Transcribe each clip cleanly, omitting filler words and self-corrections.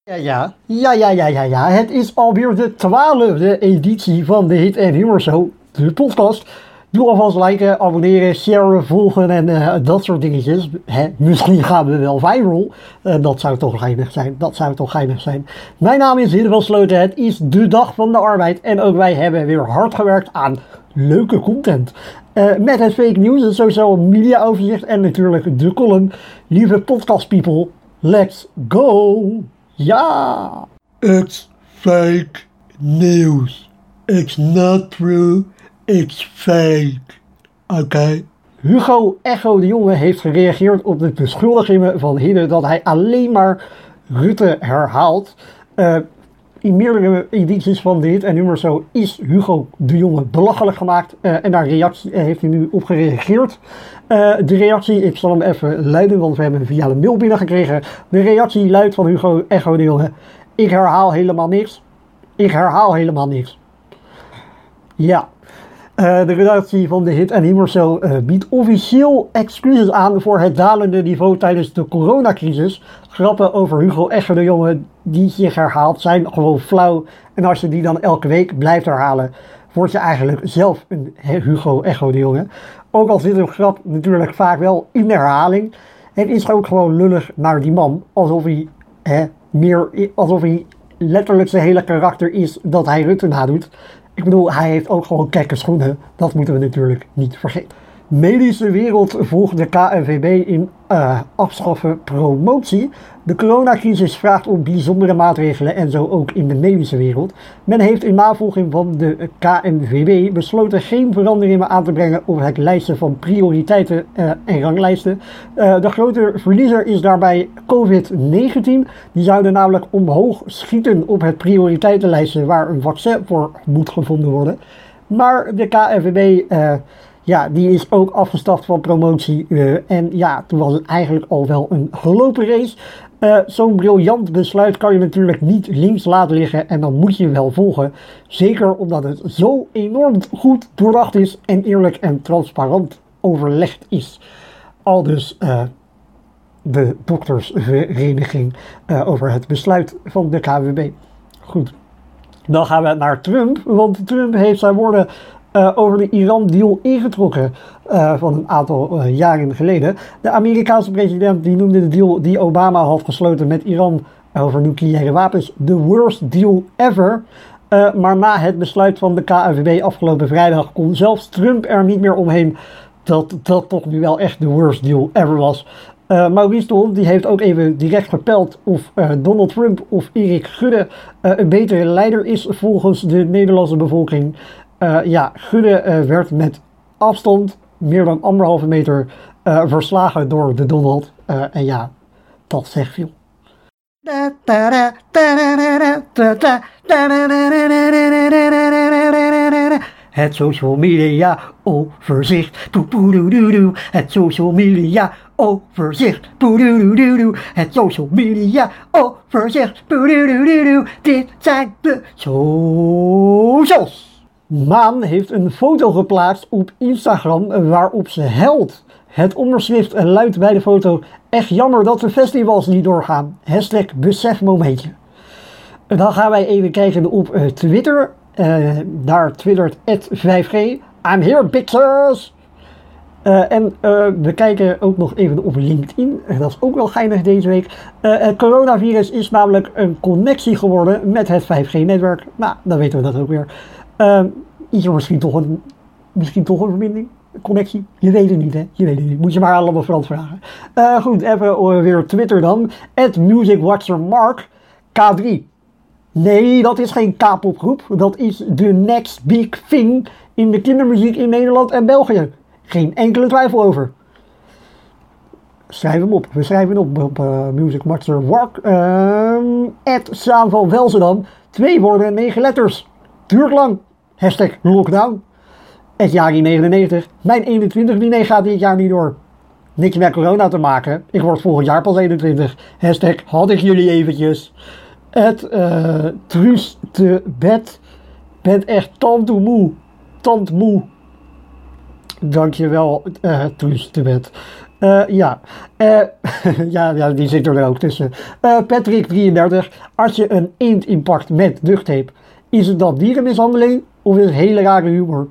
Ja. Het is alweer de 12e editie van de Hit and Humor Show, de podcast. Doe alvast liken, abonneren, sharen, volgen en dat soort dingetjes. Misschien gaan we wel viral. Dat zou toch geinig zijn. Mijn naam is Hidde van Sloten. Het is de dag van de arbeid. En ook wij hebben weer hard gewerkt aan leuke content. Met het fake news, het social media overzicht en natuurlijk de column. Lieve podcast people, let's go! Ja! It's fake news. It's not true. It's fake. Oké. Hugo Echo de Jonge heeft gereageerd op de beschuldigingen van Hidde dat hij alleen maar Rutte herhaalt. In meerdere edities van de Hit and Humor Show is Hugo de Jonge belachelijk gemaakt. En daar heeft hij nu op gereageerd. De reactie, ik zal hem even luiden, want we hebben hem via de mail binnengekregen. De reactie luidt van Hugo Echo de Jonge: ik herhaal helemaal niks. Ja. De redactie van de Hit and Humor Show biedt officieel excuses aan voor het dalende niveau tijdens de coronacrisis. Grappen over Hugo Echo de Jonge die zich herhaalt zijn gewoon flauw. En als je die dan elke week blijft herhalen, word je eigenlijk zelf een Hugo Echo de Jonge. Ook al zit een grap natuurlijk vaak wel in de herhaling. Het is ook gewoon lullig naar die man, alsof hij letterlijk zijn hele karakter is dat hij Rutte nadoet. Ik bedoel, hij heeft ook gewoon kekke schoenen. Dat moeten we natuurlijk niet vergeten. Medische wereld volgt de KNVB in afschaffen promotie. De coronacrisis vraagt om bijzondere maatregelen en zo ook in de medische wereld. Men heeft in navolging van de KNVB besloten geen veranderingen aan te brengen op het lijsten van prioriteiten en ranglijsten. De grote verliezer is daarbij COVID-19. Die zouden namelijk omhoog schieten op het prioriteitenlijstje waar een vaccin voor moet gevonden worden. Maar de KNVB... die is ook afgestaft van promotie. En ja, toen was het eigenlijk al wel een gelopen race. Zo'n briljant besluit kan je natuurlijk niet links laten liggen. En dan moet je wel volgen. Zeker omdat het zo enorm goed doordacht is. En eerlijk en transparant overlegd is. Aldus de doktersvereniging over het besluit van de KNVB. Goed. Dan gaan we naar Trump. Want Trump heeft zijn woorden... over de Iran-deal ingetrokken van een aantal jaren geleden. De Amerikaanse president die noemde de deal die Obama had gesloten met Iran over nucleaire wapens the worst deal ever. Maar na het besluit van de KNVB afgelopen vrijdag kon zelfs Trump er niet meer omheen dat dat toch nu wel echt de worst deal ever was. Maurice de Hond die heeft ook even direct gepeld of Donald Trump of Erik Gudde een betere leider is volgens de Nederlandse bevolking. Gudde werd met afstand meer dan 1,5 meter verslagen door de Donald. En ja, dat zegt veel. Het social media overzicht. Het social media overzicht. Het social media overzicht. Dit zijn de socials. Maan heeft een foto geplaatst op Instagram waarop ze huilt. Het onderschrift luidt bij de foto: echt jammer dat de festivals niet doorgaan. #besefmomentje. Dan gaan wij even kijken op Twitter. Daar twittert @5G. I'm here bitches! En we kijken ook nog even op LinkedIn. Dat is ook wel geinig deze week. Het coronavirus is namelijk een connectie geworden met het 5G-netwerk. Nou, dan weten we dat ook weer. Is er misschien toch een verbinding? Connectie? Je weet het niet, hè? Moet je maar allemaal Frans vragen. Goed, even weer Twitter dan. @musicwatchermark K3. Nee, dat is geen K-popgroep. Dat is de next big thing in de kindermuziek in Nederland en België. Geen enkele twijfel over. Schrijf hem op. We schrijven hem op musicwatchermark. Saan van Velzendam. 2 woorden, 9 letters. Duurt lang. #lockdown. @Jari99. Mijn 21 diner gaat dit jaar niet door. Niks met corona te maken. Ik word volgend jaar pas 21. #had ik jullie eventjes. Truus de bed. Bent echt tandmoe. Dankjewel, Truus de bed. Ja. Ja, die zit er ook tussen. Patrick 33. Als je een eend inpakt met duct tape, is het dan dierenmishandeling of is het hele rare humor?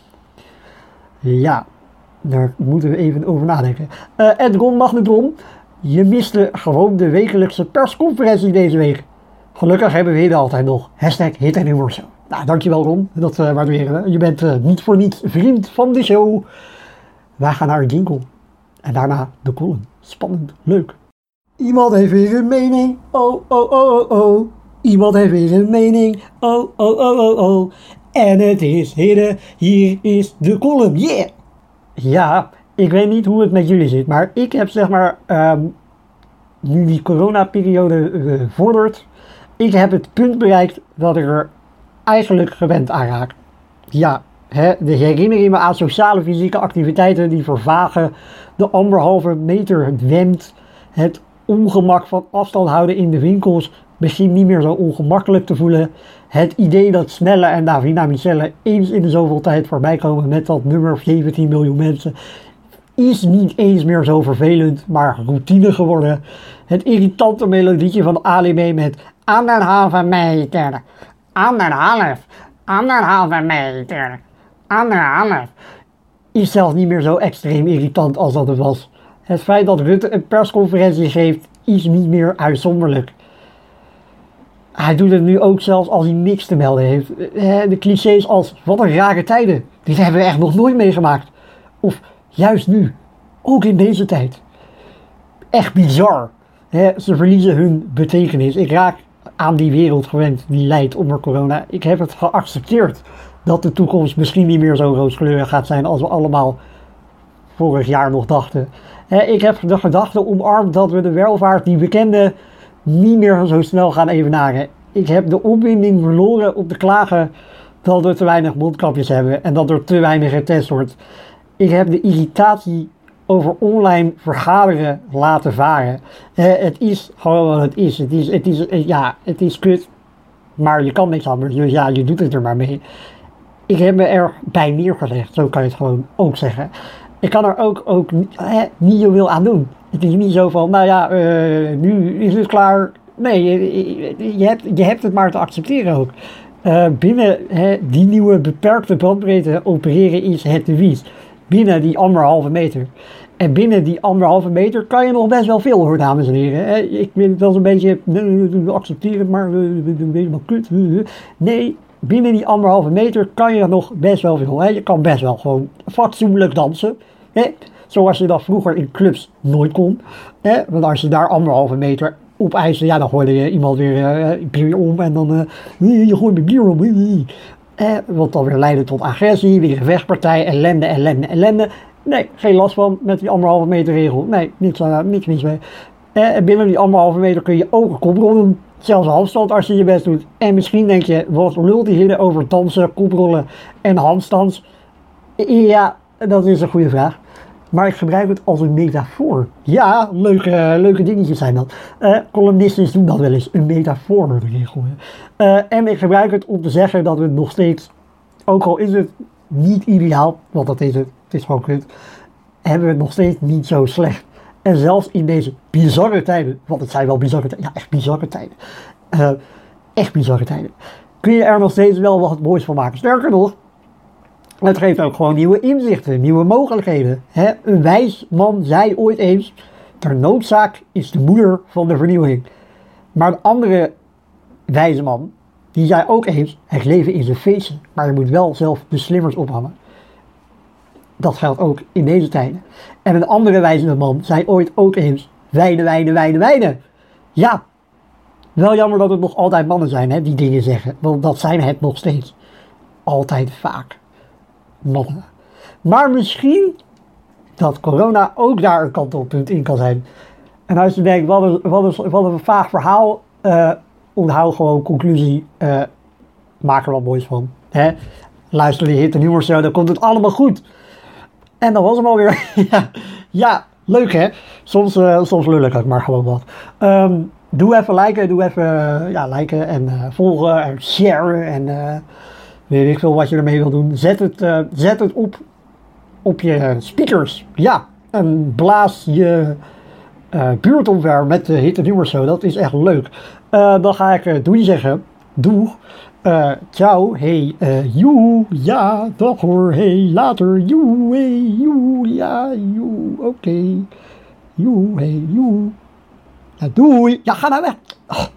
Ja, daar moeten we even over nadenken. Edron Magnetron. Je miste gewoon de wekelijkse persconferentie deze week. Gelukkig hebben we hier altijd nog. #Hit en Humor Show. Nou, dankjewel Ron. Dat waarderen we. Je bent niet voor niets vriend van de show. Wij gaan naar een jingle. En daarna de column. Spannend. Leuk. Iemand heeft weer een mening. Oh, oh, oh, oh, oh. Iemand heeft weer een mening. Oh, oh, oh, oh, oh. En het is heren. Hier is de column. Yeah! Ja, ik weet niet hoe het met jullie zit. Maar ik heb zeg maar... nu die coronaperiode vordert... Ik heb het punt bereikt dat ik er eigenlijk gewend aan raak. Ja, de herinnering me aan sociale fysieke activiteiten die vervagen, de 1,5 meter wend, het ongemak van afstand houden in de winkels begint niet meer zo ongemakkelijk te voelen. Het idee dat Snelle en Davina Michelle eens in de zoveel tijd voorbij komen met dat nummer 17 miljoen mensen is niet eens meer zo vervelend, maar routine geworden. Het irritante melodietje van Ali B met 1,5 meter, 1,5 meter, 1,5 is zelfs niet meer zo extreem irritant als dat het was. Het feit dat Rutte een persconferentie geeft is niet meer uitzonderlijk. Hij doet het nu ook zelfs als hij niks te melden heeft. De clichés als wat een rare tijden, dit hebben we echt nog nooit meegemaakt. Of juist nu, ook in deze tijd. Echt bizar. Ze verliezen hun betekenis. Ik raak aan die wereld gewend die lijdt onder corona. Ik heb het geaccepteerd dat de toekomst misschien niet meer zo rooskleurig gaat zijn als we allemaal vorig jaar nog dachten. Ik heb de gedachte omarmd dat we de welvaart die we kenden niet meer zo snel gaan evenaren. Ik heb de opwinding verloren om te klagen dat we te weinig mondkapjes hebben en dat er te weinig getest wordt. Ik heb de irritatie over online vergaderen laten varen. Het is gewoon wat het is. Het is kut, maar je kan niks anders. Dus ja, je doet het er maar mee. Ik heb me erbij neergelegd, zo kan je het gewoon ook zeggen. Ik kan er ook niet zoveel aan doen. Het is niet zo van, nou ja, nu is het klaar. Nee, je hebt het maar te accepteren ook. Binnen die nieuwe beperkte bandbreedte opereren is het devies. Binnen die 1,5 meter. En binnen die 1,5 meter kan je nog best wel veel hoor, dames en heren. Ik vind het wel een beetje, accepteer het maar, helemaal kut. Nee, binnen die 1,5 meter kan je nog best wel veel. Je kan best wel gewoon fatsoenlijk dansen. Zoals je dat vroeger in clubs nooit kon. Want als je daar 1,5 meter op eisen, ja, dan gooide je iemand weer bier om en dan je gooit met bier om. Wat dan weer leidde tot agressie, weer een vechtpartij, ellende. Nee, geen last van met die 1,5 meter regel. Nee, niks mee. Binnen die 1,5 meter kun je ook een koprollen, zelfs afstand als je je best doet. En misschien denk je, wat lult die hier over dansen, koprollen en handstands? Ja, dat is een goede vraag. Maar ik gebruik het als een metafoor. Ja, leuke dingetjes zijn dat. Columnisten doen dat wel eens, een metafoor erin gooien. En ik gebruik het om te zeggen dat we het nog steeds, ook al is het niet ideaal, want dat is het is gewoon kut, hebben we het nog steeds niet zo slecht. En zelfs in deze bizarre tijden, want het zijn wel bizarre tijden, ja echt bizarre tijden. Echt bizarre tijden. Kun je er nog steeds wel wat moois van maken. Sterker nog, het geeft ook gewoon nieuwe inzichten, nieuwe mogelijkheden. Een wijs man zei ooit eens, ter noodzaak is de moeder van de vernieuwing. Maar een andere wijze man, die zei ook eens, het leven is een feestje, maar je moet wel zelf de slimmers ophangen. Dat geldt ook in deze tijden. En een andere wijze man zei ooit ook eens, wijnen. Ja, wel jammer dat het nog altijd mannen zijn die dingen zeggen, want dat zijn het nog steeds. Altijd vaak. Mannen. Maar misschien dat corona ook daar een kantelpunt in kan zijn. En als je denkt, wat een vaag verhaal, onthoud gewoon conclusie, maak er wat moois van. Luister die Hit en Humor Show, dan komt het allemaal goed. En dat was hem alweer. Ja, leuk hè. Soms lul ik ook maar gewoon wat. Doe even liken en volgen en sharen en weet ik veel wat je ermee wil doen. Zet het op je speakers. Ja, en blaas je buurt omver met de hitte nummers zo. Dat is echt leuk. Dan ga ik doei zeggen. Doeg. Ciao. Hey. Joe. Ja. Dag hoor. Hey. Later. Joe. Hey. Joe. Ja. Joe. Oké. Joe. Hey. Joe. Ja, doei. Ja, ga nou weg. Oh.